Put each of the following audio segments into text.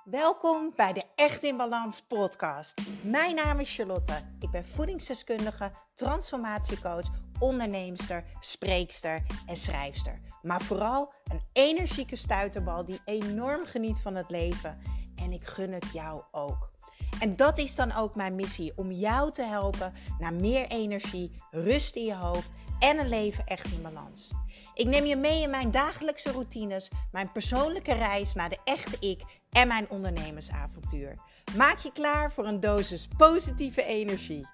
Welkom bij de Echt in Balans podcast. Mijn naam is Charlotte. Ik ben voedingsdeskundige, transformatiecoach, onderneemster, spreekster en schrijfster. Maar vooral een energieke stuiterbal die enorm geniet van het leven. En ik gun het jou ook. En dat is dan ook mijn missie, om jou te helpen naar meer energie, rust in je hoofd en een leven echt in balans. Ik neem je mee in mijn dagelijkse routines, mijn persoonlijke reis naar de echte ik en mijn ondernemersavontuur. Maak je klaar voor een dosis positieve energie.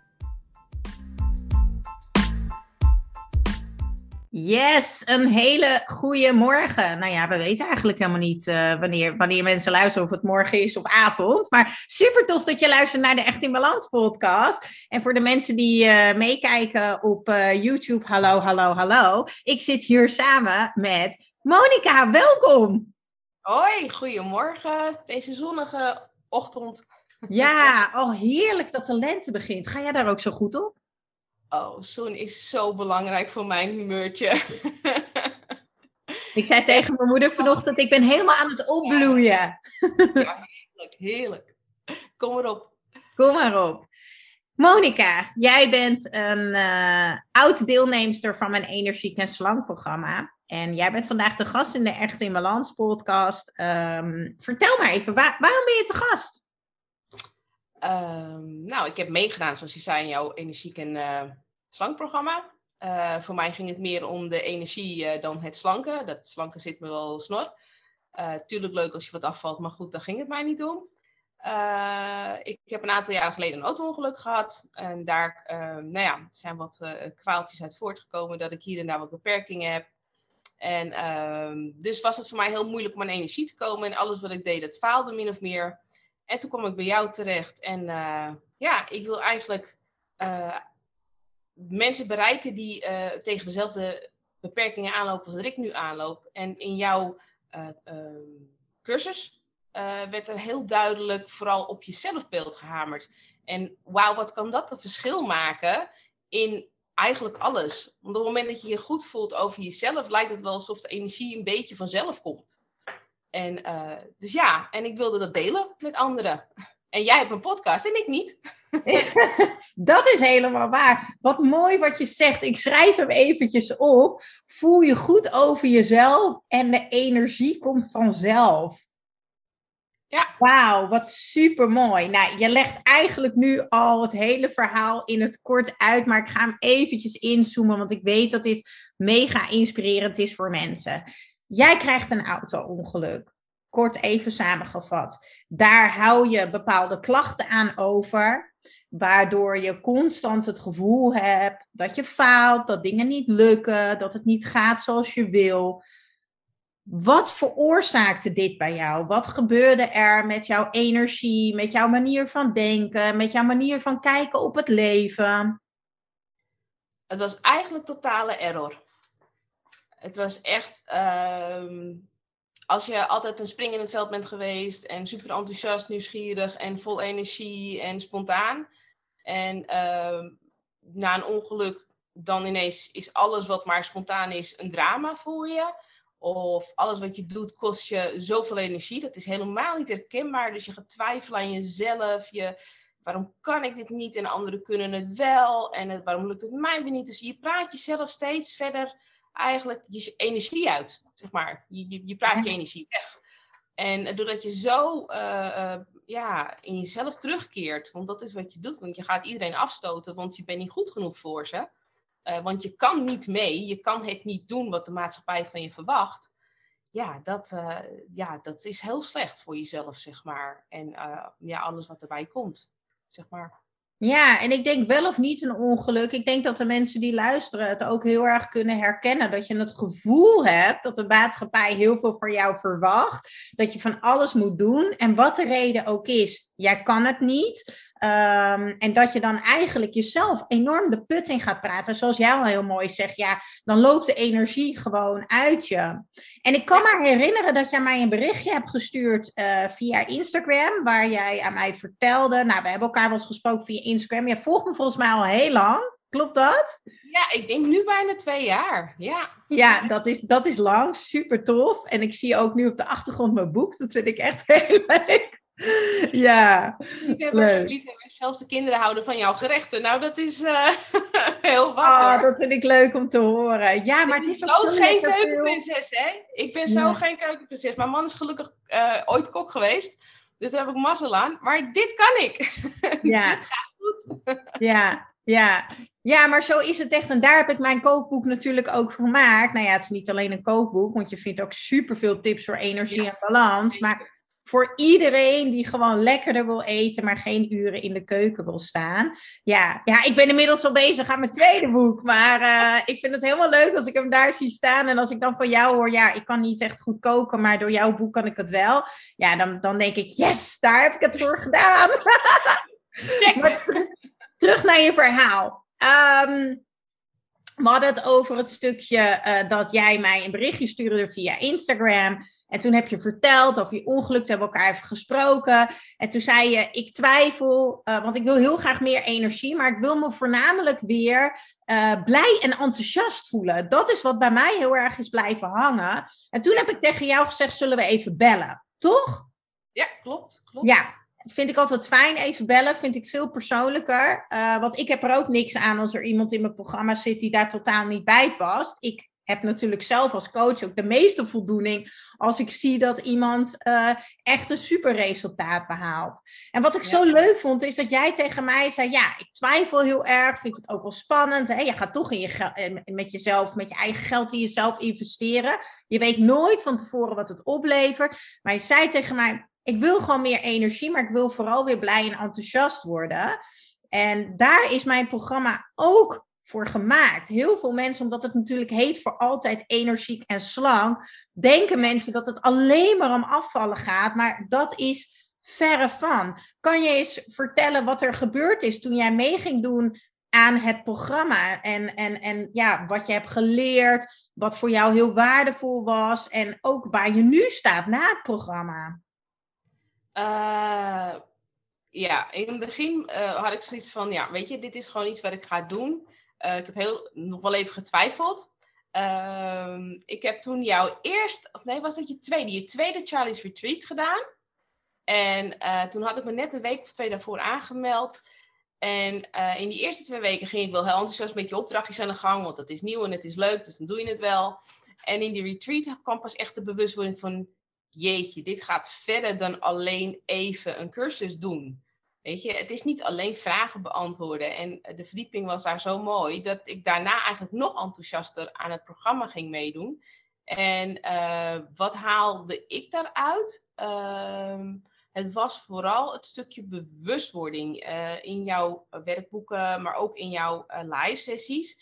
Yes, een hele goede morgen. Nou ja, we weten eigenlijk helemaal niet wanneer mensen luisteren, of het morgen is of avond. Maar super tof dat je luistert naar de Echt in Balans podcast. En voor de mensen die meekijken op YouTube, hallo. Ik zit hier samen met Monica, welkom. Hoi, goedemorgen. Deze zonnige ochtend. Ja, heerlijk dat de lente begint. Ga jij daar ook zo goed op? Oh, zon is zo belangrijk voor mijn humeurtje. Ik zei tegen mijn moeder vanochtend, ik ben helemaal aan het opbloeien. Ja, heerlijk. Kom erop. Kom maar op. Monica, jij bent een oud-deelnemster van mijn Energiek en Slank programma. En jij bent vandaag de gast in de Echt in Balans podcast. Vertel maar even, waarom ben je te gast? Ik heb meegedaan, zoals je zei, in jouw Energiek en Slankprogramma. Voor mij ging het meer om de energie dan het slanken. Dat slanken zit me wel snor. Tuurlijk leuk als je wat afvalt, maar goed, daar ging het mij niet om. Ik heb een aantal jaren geleden een auto-ongeluk gehad. En daar zijn wat kwaaltjes uit voortgekomen dat ik hier en daar wat beperkingen heb. En dus was het voor mij heel moeilijk om aan energie te komen. En alles wat ik deed, dat faalde min of meer. En toen kwam ik bij jou terecht. En ik wil eigenlijk mensen bereiken die tegen dezelfde beperkingen aanlopen als dat ik nu aanloop. En in jouw cursus werd er heel duidelijk vooral op je zelfbeeld gehamerd. En wauw, wat kan dat een verschil maken in eigenlijk alles. Want op het moment dat je je goed voelt over jezelf, lijkt het wel alsof de energie een beetje vanzelf komt. En en ik wilde dat delen met anderen. En jij hebt een podcast en ik niet. Dat is helemaal waar. Wat mooi wat je zegt. Ik schrijf hem eventjes op. Voel je goed over jezelf en de energie komt vanzelf. Ja. Wauw, wat super mooi. Nou, je legt eigenlijk nu al het hele verhaal in het kort uit, maar ik ga hem eventjes inzoomen, want ik weet dat dit mega inspirerend is voor mensen. Jij krijgt een auto-ongeluk. Kort even samengevat. Daar hou je bepaalde klachten aan over, waardoor je constant het gevoel hebt dat je faalt, dat dingen niet lukken, dat het niet gaat zoals je wil. Wat veroorzaakte dit bij jou? Wat gebeurde er met jouw energie, met jouw manier van denken, met jouw manier van kijken op het leven? Het was eigenlijk totale error. Het was echt, als je altijd een spring in het veld bent geweest en super enthousiast, nieuwsgierig en vol energie en spontaan. En na een ongeluk dan ineens is alles wat maar spontaan is een drama voor je. Of alles wat je doet kost je zoveel energie. Dat is helemaal niet herkenbaar. Dus je gaat twijfelen aan jezelf. Waarom kan ik dit niet en anderen kunnen het wel? En waarom lukt het mij weer niet? Dus je praat jezelf steeds verder eigenlijk je energie uit. Zeg maar. Je praat je energie weg. En doordat je zo in jezelf terugkeert. Want dat is wat je doet. Want je gaat iedereen afstoten. Want je bent niet goed genoeg voor ze. Want je kan niet mee, je kan het niet doen wat de maatschappij van je verwacht. Dat is heel slecht voor jezelf, zeg maar. En alles wat erbij komt, zeg maar. Ja, en ik denk wel of niet een ongeluk. Ik denk dat de mensen die luisteren het ook heel erg kunnen herkennen. Dat je het gevoel hebt dat de maatschappij heel veel van jou verwacht. Dat je van alles moet doen. En wat de reden ook is, jij kan het niet. En dat je dan eigenlijk jezelf enorm de put in gaat praten. Zoals jij al heel mooi zegt, ja, dan loopt de energie gewoon uit je. En ik kan me herinneren dat jij mij een berichtje hebt gestuurd via Instagram, waar jij aan mij vertelde. Nou, we hebben elkaar wel eens gesproken via Instagram. Jij volgt me volgens mij al heel lang. Klopt dat? Ja, ik denk nu bijna 2 jaar. Ja. Ja, dat is lang. Super tof. En ik zie ook nu op de achtergrond mijn boek. Dat vind ik echt heel leuk. Ja, leuk. Liefhebbers, zelfs de kinderen houden van jouw gerechten. Nou, dat is heel wat Ah, hoor. dat vind ik leuk om te horen. Ja, maar Ik het is ben ook zo zo geen lekker veel. keukenprinses, hè? Ik ben zo Ja. geen keukenprinses. Mijn man is gelukkig ooit kok geweest. Dus daar heb ik mazzel aan. Maar dit kan ik. Ja. Dit gaat goed. Ja, maar zo is het echt. En daar heb ik mijn kookboek natuurlijk ook gemaakt. Nou ja, het is niet alleen een kookboek, want je vindt ook superveel tips voor energie en balans. Maar voor iedereen die gewoon lekkerder wil eten, maar geen uren in de keuken wil staan. Ja, ik ben inmiddels al bezig aan mijn tweede boek. Maar ik vind het helemaal leuk als ik hem daar zie staan. En als ik dan van jou hoor, ja, ik kan niet echt goed koken, maar door jouw boek kan ik het wel. Ja, dan denk ik, yes, daar heb ik het voor gedaan. Maar terug naar je verhaal. We hadden het over het stukje dat jij mij een berichtje stuurde via Instagram. En toen heb je verteld over je ongeluk. Toen hebben we elkaar even gesproken. En toen zei je, ik twijfel, want ik wil heel graag meer energie. Maar ik wil me voornamelijk weer blij en enthousiast voelen. Dat is wat bij mij heel erg is blijven hangen. En toen heb ik tegen jou gezegd, zullen we even bellen? Toch? Ja, klopt. Ja. Vind ik altijd fijn, even bellen. Vind ik veel persoonlijker. Want ik heb er ook niks aan als er iemand in mijn programma zit die daar totaal niet bij past. Ik heb natuurlijk zelf als coach ook de meeste voldoening als ik zie dat iemand echt een super resultaat behaalt. En wat ik zo leuk vond, is dat jij tegen mij zei, ja, ik twijfel heel erg, vind het ook wel spannend. Hè? Je gaat toch met je eigen geld in jezelf investeren. Je weet nooit van tevoren wat het oplevert. Maar je zei tegen mij, ik wil gewoon meer energie, maar ik wil vooral weer blij en enthousiast worden. En daar is mijn programma ook voor gemaakt. Heel veel mensen, omdat het natuurlijk heet voor altijd energiek en slank, denken mensen dat het alleen maar om afvallen gaat, maar dat is verre van. Kan je eens vertellen wat er gebeurd is toen jij mee ging doen aan het programma en ja, wat je hebt geleerd, wat voor jou heel waardevol was en ook waar je nu staat na het programma? Ja, in het begin had ik zoiets van, ja, weet je, dit is gewoon iets wat ik ga doen. Ik heb nog wel even getwijfeld. Ik heb toen je tweede Charlie's Retreat gedaan. En toen had ik me net een week of 2 daarvoor aangemeld. En in die eerste 2 weken ging ik wel heel enthousiast met je opdrachtjes aan de gang, want dat is nieuw en het is leuk, dus dan doe je het wel. En in die retreat kwam pas echt de bewustwording van, jeetje, dit gaat verder dan alleen even een cursus doen. Weet je, het is niet alleen vragen beantwoorden. En de verdieping was daar zo mooi dat ik daarna eigenlijk nog enthousiaster aan het programma ging meedoen. En wat haalde ik daaruit? Het was vooral het stukje bewustwording in jouw werkboeken, maar ook in jouw live sessies.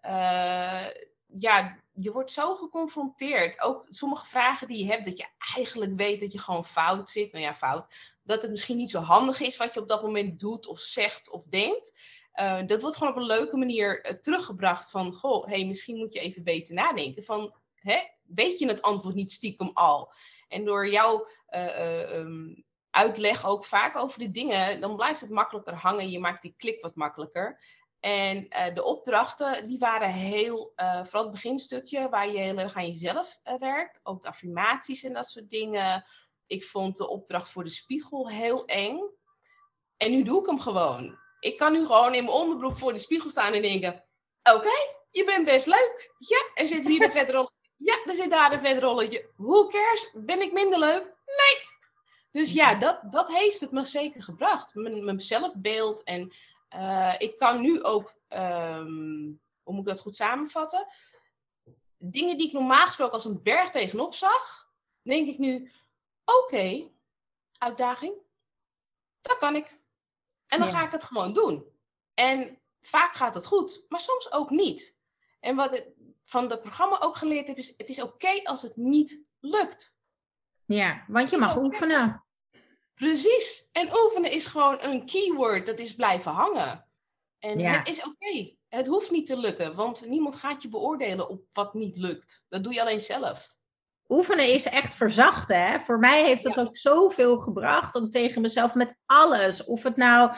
Ja, je wordt zo geconfronteerd. Ook sommige vragen die je hebt, dat je eigenlijk weet dat je gewoon fout zit. Nou ja, fout. Dat het misschien niet zo handig is wat je op dat moment doet of zegt of denkt. Dat wordt gewoon op een leuke manier teruggebracht van, goh, hey, misschien moet je even beter nadenken. Van, weet je het antwoord niet stiekem al? En door jouw uitleg ook vaak over de dingen, dan blijft het makkelijker hangen. Je maakt die klik wat makkelijker. En de opdrachten, die waren heel, vooral het beginstukje, waar je heel erg aan jezelf werkt. Ook de affirmaties en dat soort dingen. Ik vond de opdracht voor de spiegel heel eng. En nu doe ik hem gewoon. Ik kan nu gewoon in mijn onderbroek voor de spiegel staan en denken, oké, je bent best leuk. Ja, er zit hier een vet rolletje. Ja, er zit daar een vet rolletje. Who cares? Ben ik minder leuk? Nee. Dus ja, dat heeft het me zeker gebracht. Mijn zelfbeeld en ik kan nu ook, hoe moet ik dat goed samenvatten? Dingen die ik normaal gesproken als een berg tegenop zag, denk ik nu, oké, uitdaging, dat kan ik. En dan ga ik het gewoon doen. En vaak gaat het goed, maar soms ook niet. En wat ik van dat programma ook geleerd heb, is het is oké als het niet lukt. Ja, want je mag oefenen. Precies. En oefenen is gewoon een keyword, dat is blijven hangen. En het is oké. Het hoeft niet te lukken, want niemand gaat je beoordelen op wat niet lukt. Dat doe je alleen zelf. Oefenen is echt verzachten, hè? Voor mij heeft het ook zoveel gebracht om tegen mezelf met alles. Of het nou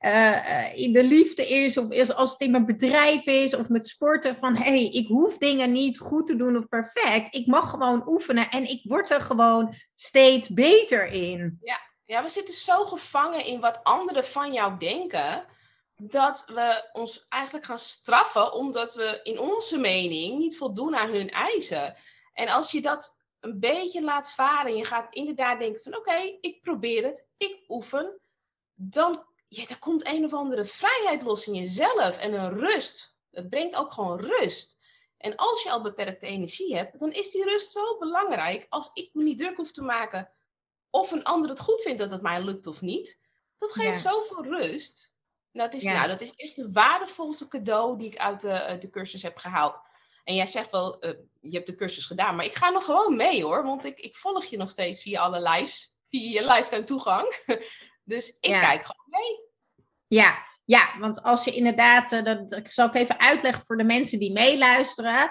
in de liefde is, of als het in mijn bedrijf is, of met sporten, van ik hoef dingen niet goed te doen of perfect. Ik mag gewoon oefenen en ik word er gewoon steeds beter in. Ja, we zitten zo gevangen in wat anderen van jou denken, dat we ons eigenlijk gaan straffen, omdat we in onze mening niet voldoen aan hun eisen. En als je dat een beetje laat varen en je gaat inderdaad denken van oké, ik probeer het, ik oefen, dan er komt een of andere vrijheid los in jezelf en een rust. Het brengt ook gewoon rust. En als je al beperkte energie hebt, dan is die rust zo belangrijk. Als ik me niet druk hoef te maken of een ander het goed vindt dat het mij lukt of niet. Dat geeft zoveel rust. Dat is echt de waardevolste cadeau die ik uit de cursus heb gehaald. En jij zegt wel, je hebt de cursus gedaan, maar ik ga nog gewoon mee hoor. Want ik volg je nog steeds via alle lives, via je lifetime toegang. Dus ik kijk gewoon mee. Ja, want als je inderdaad, dat zal ik even uitleggen voor de mensen die meeluisteren.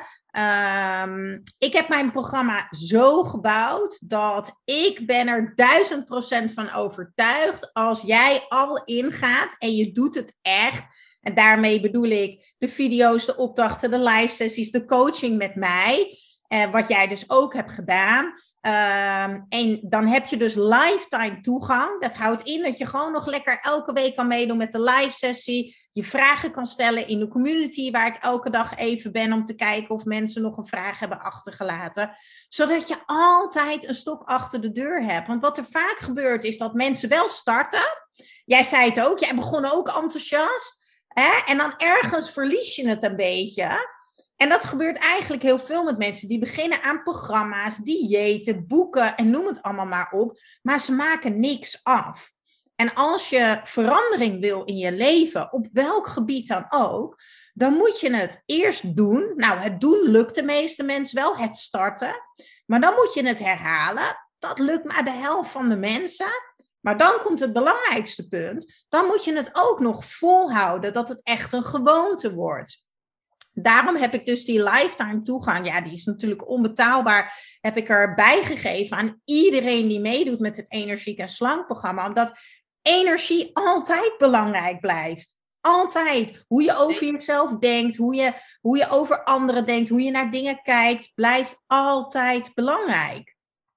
Ik heb mijn programma zo gebouwd dat ik ben er 1000% van overtuigd. Als jij al ingaat en je doet het echt. En daarmee bedoel ik de video's, de opdrachten, de live sessies, de coaching met mij. Wat jij dus ook hebt gedaan. En dan heb je dus lifetime toegang. Dat houdt in dat je gewoon nog lekker elke week kan meedoen met de live sessie. Je vragen kan stellen in de community waar ik elke dag even ben om te kijken of mensen nog een vraag hebben achtergelaten. Zodat je altijd een stok achter de deur hebt. Want wat er vaak gebeurt is dat mensen wel starten. Jij zei het ook, jij begon ook enthousiast. En dan ergens verlies je het een beetje. En dat gebeurt eigenlijk heel veel met mensen. Die beginnen aan programma's, diëten, boeken en noem het allemaal maar op. Maar ze maken niks af. En als je verandering wil in je leven, op welk gebied dan ook, dan moet je het eerst doen. Nou, het doen lukt de meeste mensen wel, het starten. Maar dan moet je het herhalen. Dat lukt maar de helft van de mensen. Maar dan komt het belangrijkste punt. Dan moet je het ook nog volhouden, dat het echt een gewoonte wordt. Daarom heb ik dus die lifetime toegang, ja, die is natuurlijk onbetaalbaar, heb ik erbij gegeven aan iedereen die meedoet met het Energiek en Slank programma. Omdat energie altijd belangrijk blijft. Altijd. Hoe je over jezelf denkt, hoe je over anderen denkt, hoe je naar dingen kijkt, blijft altijd belangrijk.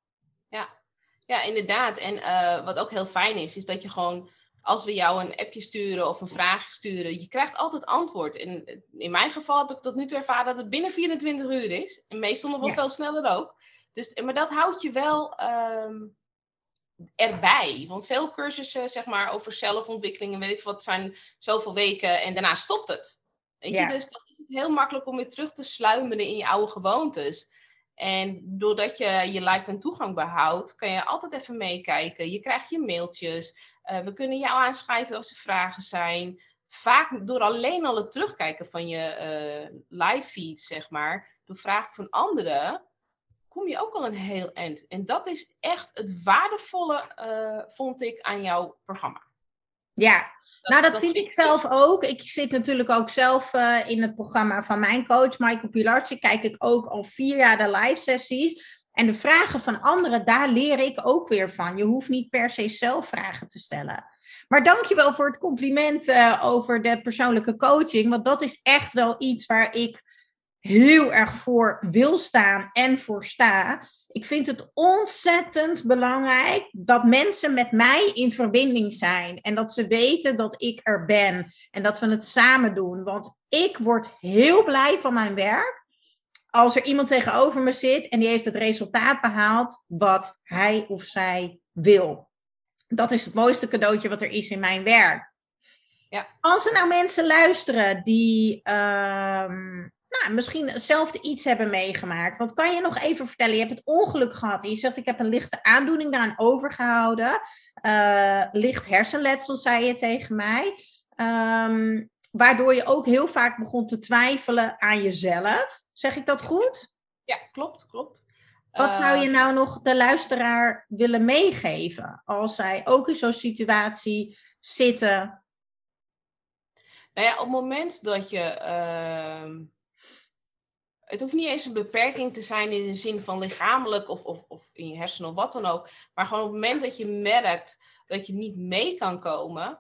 Ja, inderdaad. En wat ook heel fijn is dat je gewoon, als we jou een appje sturen of een vraag sturen, je krijgt altijd antwoord. En in mijn geval heb ik tot nu toe ervaren dat het binnen 24 uur is. En meestal nog wel veel sneller ook. Dus, maar dat houdt je wel erbij. Want veel cursussen, zeg maar, over zelfontwikkeling en weet ik wat, zijn zoveel weken en daarna stopt het. Weet je? Dus dan is het heel makkelijk om weer terug te sluimeren in je oude gewoontes. En doordat je je lifetime toegang behoudt, kan je altijd even meekijken. Je krijgt je mailtjes. We kunnen jou aanschrijven als er vragen zijn. Vaak door alleen al het terugkijken van je live feeds, zeg maar, door vragen van anderen, kom je ook al een heel eind. En dat is echt het waardevolle, vond ik, aan jouw programma. Ja, dat vind ik zelf ook. Ik zit natuurlijk ook zelf in het programma van mijn coach, Michael Pilarczyk. Kijk ik ook al 4 jaar de live sessies. En de vragen van anderen, daar leer ik ook weer van. Je hoeft niet per se zelf vragen te stellen. Maar dankjewel voor het compliment over de persoonlijke coaching. Want dat is echt wel iets waar ik heel erg voor wil staan en voor sta. Ik vind het ontzettend belangrijk dat mensen met mij in verbinding zijn. En dat ze weten dat ik er ben. En dat we het samen doen. Want ik word heel blij van mijn werk als er iemand tegenover me zit en die heeft het resultaat behaald wat hij of zij wil. Dat is het mooiste cadeautje wat er is in mijn werk. Ja. Als er nou mensen luisteren die misschien hetzelfde iets hebben meegemaakt. Wat kan je nog even vertellen? Je hebt het ongeluk gehad. Je zegt, ik heb een lichte aandoening daaraan overgehouden. Licht hersenletsel, zei je tegen mij. Waardoor je ook heel vaak begon te twijfelen aan jezelf. Zeg ik dat goed? Ja, klopt. Wat zou je nou nog de luisteraar willen meegeven als zij ook in zo'n situatie zitten? Nou ja, op het moment dat je... het hoeft niet eens een beperking te zijn in de zin van lichamelijk of in je hersenen of wat dan ook. Maar gewoon op het moment dat je merkt dat je niet mee kan komen.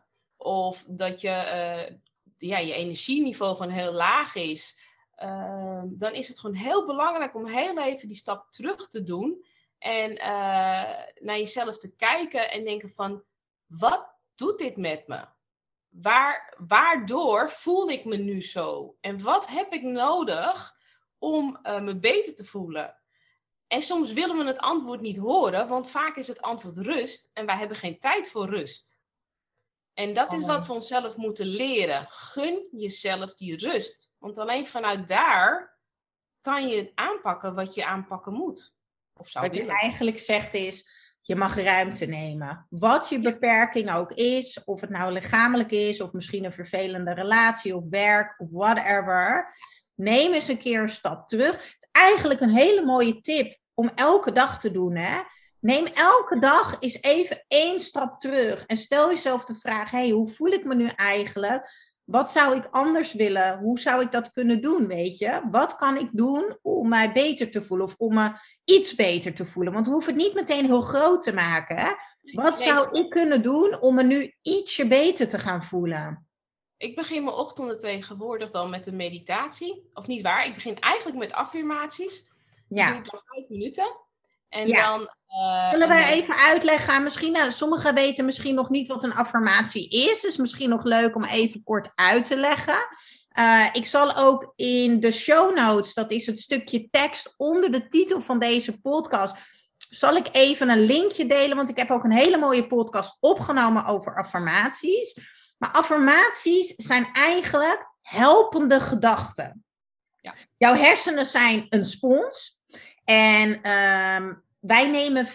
of dat je energieniveau gewoon heel laag is, dan is het gewoon heel belangrijk om heel even die stap terug te doen en naar jezelf te kijken en denken van, wat doet dit met me? Waardoor voel ik me nu zo? En wat heb ik nodig om me beter te voelen? En soms willen we het antwoord niet horen, want vaak is het antwoord rust en wij hebben geen tijd voor rust. En dat is wat we onszelf moeten leren. Gun jezelf die rust. Want alleen vanuit daar kan je aanpakken wat je aanpakken moet. Of zou wat willen. je eigenlijk zegt is, je mag ruimte nemen. Wat je beperking ook is, of het nou lichamelijk is, of misschien een vervelende relatie of werk of whatever. Neem eens een keer een stap terug. Het is eigenlijk een hele mooie tip om elke dag te doen, hè? Neem elke dag eens even 1 stap terug en stel jezelf de vraag, hey, hoe voel ik me nu eigenlijk? Wat zou ik anders willen? Hoe zou ik dat kunnen doen, weet je? Wat kan ik doen om mij beter te voelen of om me iets beter te voelen? Want we hoeven het niet meteen heel groot te maken, hè? Wat zou ik kunnen doen om me nu ietsje beter te gaan voelen? Ik begin mijn ochtenden tegenwoordig dan met een meditatie. Of niet waar, ik begin eigenlijk met affirmaties. Ja. Doe ik dan 5 minuten. En Ja. dan... Zullen wij even uitleggen? Misschien, sommigen weten misschien nog niet wat een affirmatie is. Dus misschien nog leuk om even kort uit te leggen. Ik zal ook in de show notes, dat is het stukje tekst onder de titel van deze podcast, zal ik even een linkje delen. Want ik heb ook een hele mooie podcast opgenomen over affirmaties. Maar affirmaties zijn eigenlijk helpende gedachten. Ja. Jouw hersenen zijn een spons. En wij nemen 95%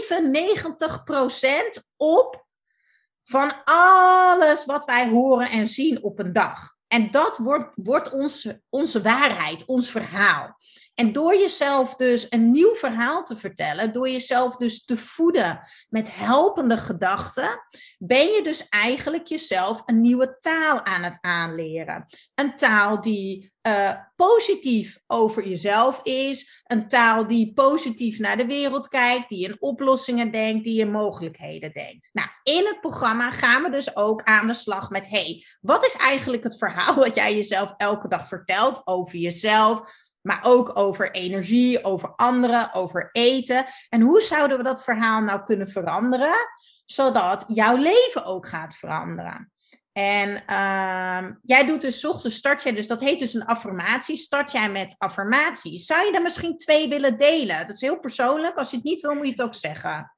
op van alles wat wij horen en zien op een dag. En dat wordt onze waarheid, ons verhaal. En door jezelf dus een nieuw verhaal te vertellen, door jezelf dus te voeden met helpende gedachten, ben je dus eigenlijk jezelf een nieuwe taal aan het aanleren. Een taal die positief over jezelf is, een taal die positief naar de wereld kijkt, die in oplossingen denkt, die in mogelijkheden denkt. Nou, in het programma gaan we dus ook aan de slag met, wat is eigenlijk het verhaal wat jij jezelf elke dag vertelt over jezelf, maar ook over energie, over anderen, over eten. En hoe zouden we dat verhaal nou kunnen veranderen, zodat jouw leven ook gaat veranderen? En jij doet dus 's ochtends, start jij, dus dat heet dus een affirmatie, start jij met affirmaties. Zou je er misschien 2 willen delen? Dat is heel persoonlijk, als je het niet wil, moet je het ook zeggen.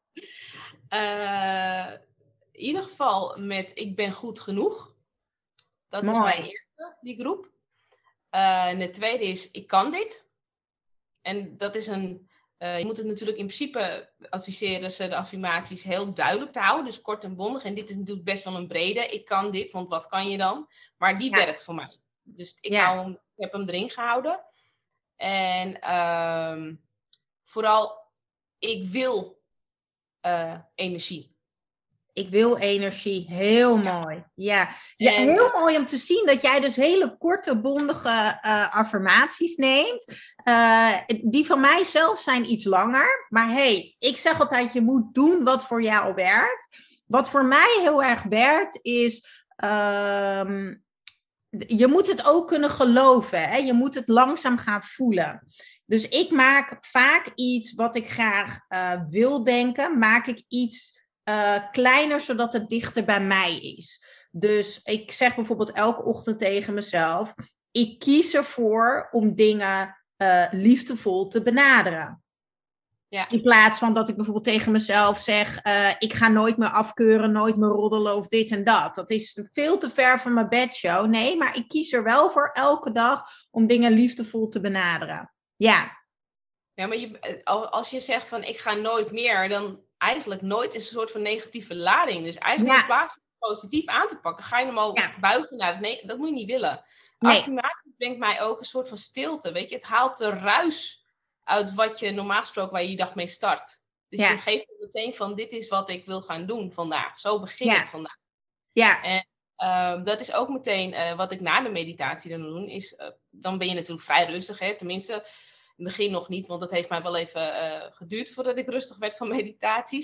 In ieder geval met ik ben goed genoeg. Dat Mooi. is mijn eerste, die groep. En de tweede is ik kan dit. En dat is je moet het natuurlijk in principe adviseren ze de affirmaties heel duidelijk te houden. Dus kort en bondig. En dit is natuurlijk best wel een brede. Ik kan dit, want wat kan je dan? Maar die werkt voor mij. Dus ik heb hem erin gehouden. En vooral, ik wil energie. Ik wil energie. Heel mooi. Ja, heel mooi om te zien dat jij dus hele korte, bondige affirmaties neemt. Die van mij zelf zijn iets langer. Maar ik zeg altijd, je moet doen wat voor jou werkt. Wat voor mij heel erg werkt is, je moet het ook kunnen geloven. Hè? Je moet het langzaam gaan voelen. Dus ik maak vaak iets wat ik graag wil denken, maak ik iets kleiner, zodat het dichter bij mij is. Dus ik zeg bijvoorbeeld elke ochtend tegen mezelf, ik kies ervoor om dingen liefdevol te benaderen. Ja. In plaats van dat ik bijvoorbeeld tegen mezelf zeg, ik ga nooit meer afkeuren, nooit meer roddelen of dit en dat. Dat is veel te ver van mijn bedshow. Nee, maar ik kies er wel voor elke dag om dingen liefdevol te benaderen. Ja. Ja, maar als je zegt van ik ga nooit meer, dan eigenlijk nooit is een soort van negatieve lading. Dus eigenlijk in plaats van positief aan te pakken, ga je hem al buigen naar het dat moet je niet willen. Affirmatie brengt mij ook een soort van stilte, weet je. Het haalt de ruis uit wat je normaal gesproken waar je dag mee start. Dus je geeft meteen van dit is wat ik wil gaan doen vandaag. Zo begin ik vandaag. Ja. En dat is ook meteen wat ik na de meditatie dan doe. Dan ben je natuurlijk vrij rustig, hè. Tenminste, in het begin nog niet, want dat heeft mij wel even geduurd voordat ik rustig werd van meditaties.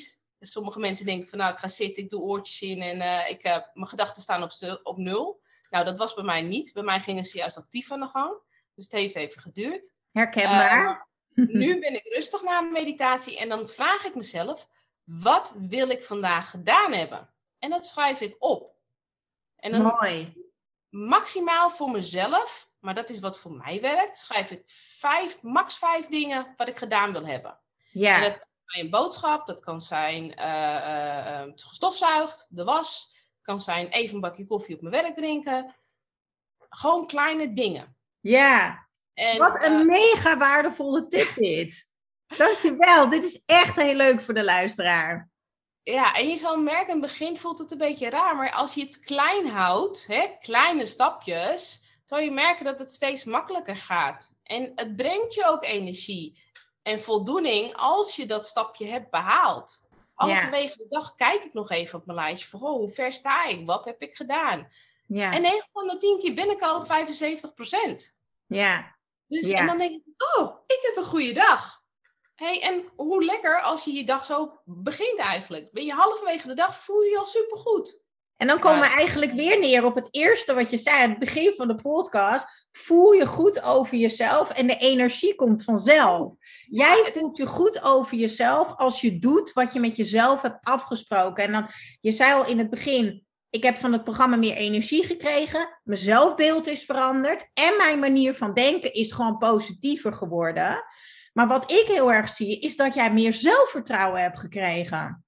sommige mensen denken van, nou, ik ga zitten, ik doe oortjes in en mijn gedachten staan op 0. Nou, dat was bij mij niet. Bij mij gingen ze juist actief aan de gang. Dus het heeft even geduurd. Herkenbaar. Nu ben ik rustig na een meditatie en dan vraag ik mezelf, wat wil ik vandaag gedaan hebben? En dat schrijf ik op. En dan Mooi. maximaal voor mezelf, maar dat is wat voor mij werkt, schrijf ik max 5 dingen wat ik gedaan wil hebben. Ja. En dat kan zijn een boodschap, dat kan zijn gestofzuigd, de was, het kan zijn even een bakje koffie op mijn werk drinken. Gewoon kleine dingen. Ja. En, wat een mega waardevolle tip dit. Dankjewel. Dit is echt heel leuk voor de luisteraar. Ja, en je zal merken, in het begin voelt het een beetje raar, maar als je het klein houdt, kleine stapjes, zal je merken dat het steeds makkelijker gaat. En het brengt je ook energie en voldoening als je dat stapje hebt behaald. Halverwege de dag kijk ik nog even op mijn lijstje van, hoe ver sta ik? Wat heb ik gedaan? Ja. En 9 van de 10 keer ben ik al 75%. Ja. Dus, en dan denk ik, ik heb een goede dag. Hey, en hoe lekker als je je dag zo begint eigenlijk. Ben je halverwege de dag, voel je je al supergoed. En dan komen we eigenlijk weer neer op het eerste wat je zei aan het begin van de podcast. Voel je goed over jezelf en de energie komt vanzelf. Jij voelt je goed over jezelf als je doet wat je met jezelf hebt afgesproken. En dan, je zei al in het begin, ik heb van het programma meer energie gekregen. Mijn zelfbeeld is veranderd. En mijn manier van denken is gewoon positiever geworden. Maar wat ik heel erg zie, is dat jij meer zelfvertrouwen hebt gekregen.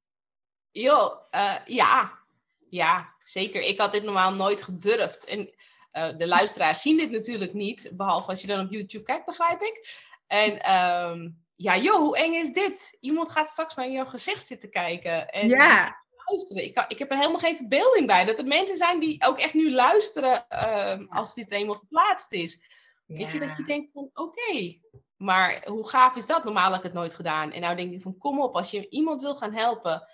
Ja, zeker. Ik had dit normaal nooit gedurfd. En de luisteraars zien dit natuurlijk niet. Behalve als je dan op YouTube kijkt, begrijp ik. En hoe eng is dit? Iemand gaat straks naar jouw gezicht zitten kijken. En luisteren. Ik heb er helemaal geen verbeelding bij. Dat er mensen zijn die ook echt nu luisteren als dit eenmaal geplaatst is. Ja. Weet je, dat je denkt van oké. Maar hoe gaaf is dat? Normaal heb ik het nooit gedaan. En nou denk ik van kom op, als je iemand wil gaan helpen.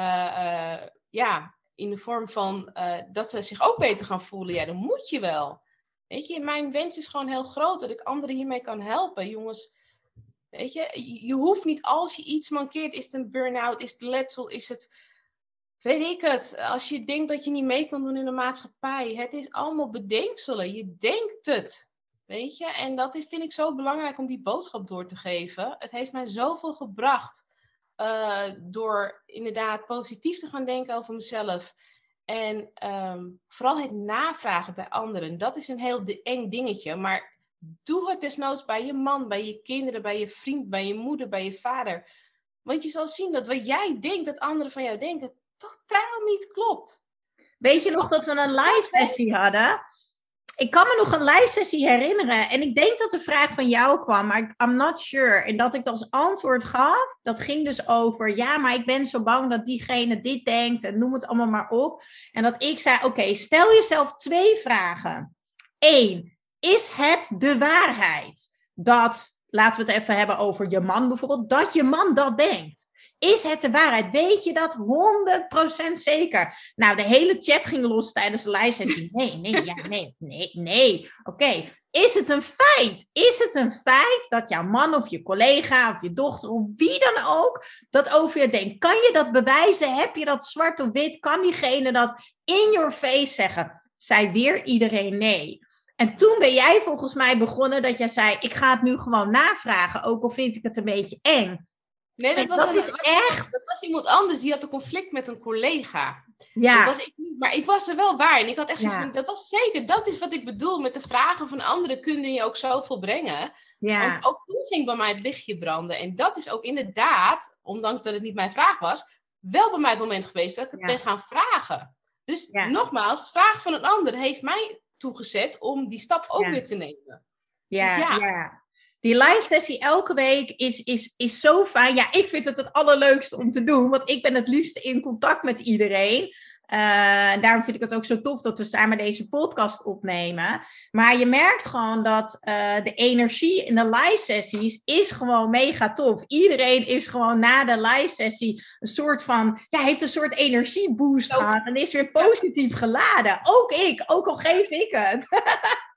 In de vorm van dat ze zich ook beter gaan voelen. Ja, dan moet je wel. Weet je, mijn wens is gewoon heel groot. Dat ik anderen hiermee kan helpen. Jongens, weet je hoeft niet als je iets mankeert. Is het een burn-out? Is het letsel? Is het, weet ik het. Als je denkt dat je niet mee kan doen in de maatschappij. Het is allemaal bedenkselen. Je denkt het. Weet je, en dat vind ik zo belangrijk om die boodschap door te geven. Het heeft mij zoveel gebracht door inderdaad positief te gaan denken over mezelf. En vooral het navragen bij anderen. Dat is een heel eng dingetje. Maar doe het desnoods bij je man, bij je kinderen, bij je vriend, bij je moeder, bij je vader. Want je zal zien dat wat jij denkt, dat anderen van jou denken, totaal niet klopt. Weet je nog dat we een live sessie hadden? Ik kan me nog een live sessie herinneren. En ik denk dat de vraag van jou kwam, maar I'm not sure. En dat ik als antwoord gaf, dat ging dus over, ja, maar ik ben zo bang dat diegene dit denkt en noem het allemaal maar op. En dat ik zei, oké, stel jezelf 2 vragen. 1, is het de waarheid dat, laten we het even hebben over je man bijvoorbeeld, dat je man dat denkt? Is het de waarheid? Weet je dat 100% zeker? Nou, de hele chat ging los tijdens de live sessie. Nee. Oké. Is het een feit? Is het een feit dat jouw man of je collega of je dochter of wie dan ook dat over je denkt? Kan je dat bewijzen? Heb je dat zwart op wit? Kan diegene dat in your face zeggen? Zei weer iedereen nee. En toen ben jij volgens mij begonnen dat jij zei, ik ga het nu gewoon navragen, ook al vind ik het een beetje eng. Nee, dat was iemand anders. Die had een conflict met een collega. Ja. Dat was ik niet, maar ik was er wel bij. En ik had echt zoiets van, dat was zeker. Dat is wat ik bedoel. Met de vragen van anderen kunnen je ook zoveel brengen. Ja. Want ook toen ging bij mij het lichtje branden. En dat is ook inderdaad, ondanks dat het niet mijn vraag was, wel bij mij het moment geweest dat ik het ben gaan vragen. Dus nogmaals, het vragen van een ander heeft mij toegezet om die stap ook weer te nemen. Ja. Die live sessie elke week is zo fijn. Ja, ik vind het allerleukste om te doen. Want ik ben het liefst in contact met iedereen. Daarom vind ik het ook zo tof dat we samen deze podcast opnemen. Maar je merkt gewoon dat de energie in de live sessies is gewoon mega tof. Iedereen is gewoon na de live sessie een soort van, heeft een soort energieboost gehad. En is weer positief geladen. Ook ik, ook al geef ik het.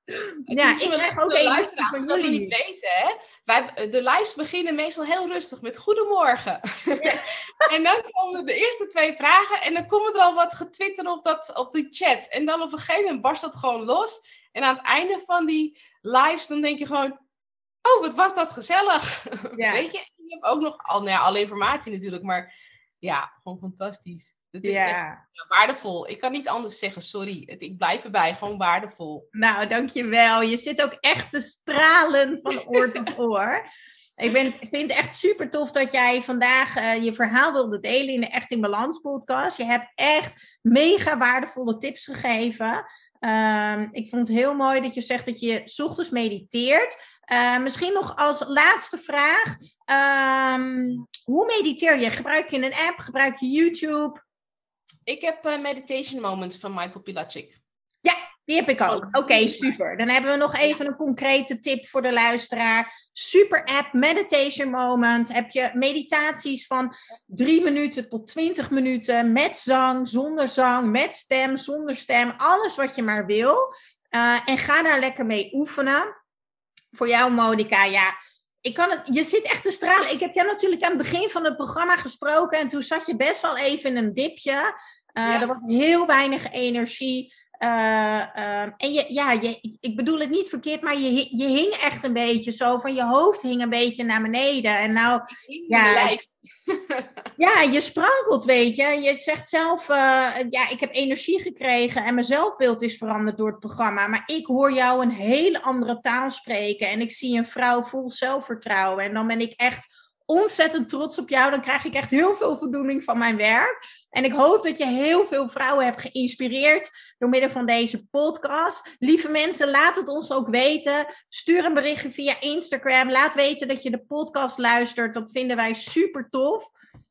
Ja, ik krijg ook de energie luisteraars van dat nog jullie. niet weten, hè? De lives beginnen meestal heel rustig met goedemorgen. Yes. En dan komen de eerste 2 vragen en dan komen er al wat getwitter op die chat. En dan op een gegeven moment barst dat gewoon los. En aan het einde van die lives, dan denk je gewoon, oh, wat was dat gezellig. Ja. Weet je, je hebt ook nog alle informatie natuurlijk, maar ja, gewoon fantastisch. Het is echt waardevol. Ik kan niet anders zeggen, sorry. Ik blijf erbij, gewoon waardevol. Nou, dankjewel. Je zit ook echt te stralen van oor tot oor. Ik vind het echt super tof dat jij vandaag je verhaal wilde delen in de Echt in Balans podcast. Je hebt echt mega waardevolle tips gegeven. Ik vond het heel mooi dat je zegt dat je 's ochtends mediteert. Misschien nog als laatste vraag. Hoe mediteer je? Gebruik je een app? Gebruik je YouTube? Ik heb Meditation Moments van Michael Pilatschik. Ja, die heb ik ook. Oké, super. Dan hebben we nog even een concrete tip voor de luisteraar. Super app, Meditation Moment. Heb je meditaties van 3 minuten tot 20 minuten met zang, met stem, zonder stem. Alles wat je maar wil. En ga daar lekker mee oefenen. Voor jou, Monica, ja. Je zit echt te stralen. Ik heb jou natuurlijk aan het begin van het programma gesproken. En toen zat je best wel even in een dipje. Er was heel weinig energie. Ik bedoel het niet verkeerd, maar je hing echt een beetje zo. Van je hoofd hing een beetje naar beneden. En nou, ja, je sprankelt, weet je. Je zegt zelf, ik heb energie gekregen en mijn zelfbeeld is veranderd door het programma. Maar ik hoor jou een hele andere taal spreken. En ik zie een vrouw vol zelfvertrouwen. En dan ben ik echt ontzettend trots op jou. Dan krijg ik echt heel veel voldoening van mijn werk. En ik hoop dat je heel veel vrouwen hebt geïnspireerd door middel van deze podcast. Lieve mensen, laat het ons ook weten. Stuur een berichtje via Instagram. Laat weten dat je de podcast luistert. Dat vinden wij super tof.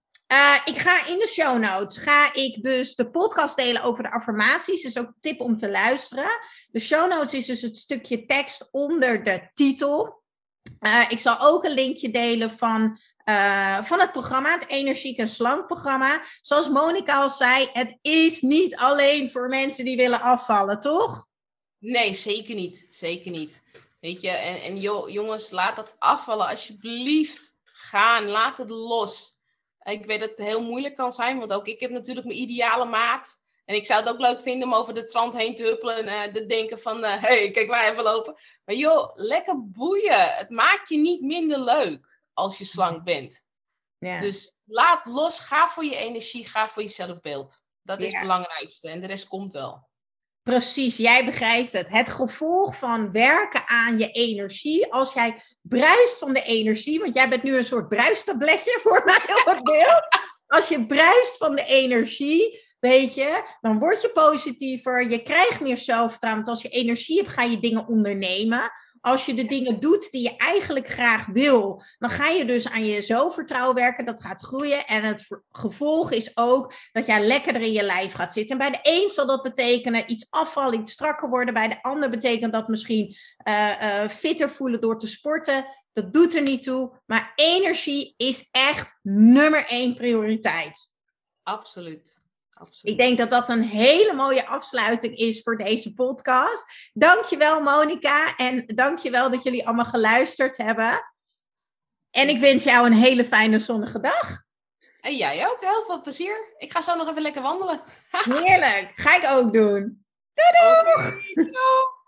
Ik ga in de show notes, dus de podcast delen over de affirmaties. Dus ook een tip om te luisteren. De show notes is dus het stukje tekst onder de titel. Ik zal ook een linkje delen van het programma, het Energiek en Slank programma. Zoals Monica al zei, het is niet alleen voor mensen die willen afvallen, toch? Nee, zeker niet. Zeker niet. Weet je, en jongens, laat dat afvallen alsjeblieft gaan. Laat het los. Ik weet dat het heel moeilijk kan zijn, want ook ik heb natuurlijk mijn ideale maat. En ik zou het ook leuk vinden om over de strand heen te huppelen en te denken van, hey, kijk maar even lopen. Maar joh, lekker boeien. Het maakt je niet minder leuk als je slank bent. Ja. Dus laat los, ga voor je energie, ga voor je zelfbeeld. Dat is het belangrijkste en de rest komt wel. Precies, jij begrijpt het. Het gevolg van werken aan je energie, als jij bruist van de energie, want jij bent nu een soort bruistabletje voor mij op het beeld. Als je bruist van de energie, weet je, dan word je positiever, je krijgt meer zelfvertrouwen. Want als je energie hebt, ga je dingen ondernemen. Als je de dingen doet die je eigenlijk graag wil, dan ga je dus aan je zelfvertrouwen werken. Dat gaat groeien. En het gevolg is ook dat jij lekkerder in je lijf gaat zitten. En bij de een zal dat betekenen iets afvallen, iets strakker worden. Bij de ander betekent dat misschien fitter voelen door te sporten. Dat doet er niet toe. Maar energie is echt nummer 1 prioriteit. Absoluut. Ik denk dat dat een hele mooie afsluiting is voor deze podcast. Dankjewel Monica en dankjewel dat jullie allemaal geluisterd hebben. En ik wens jou een hele fijne zonnige dag. En jij ook, heel veel plezier. Ik ga zo nog even lekker wandelen. Heerlijk, ga ik ook doen. Doei doei!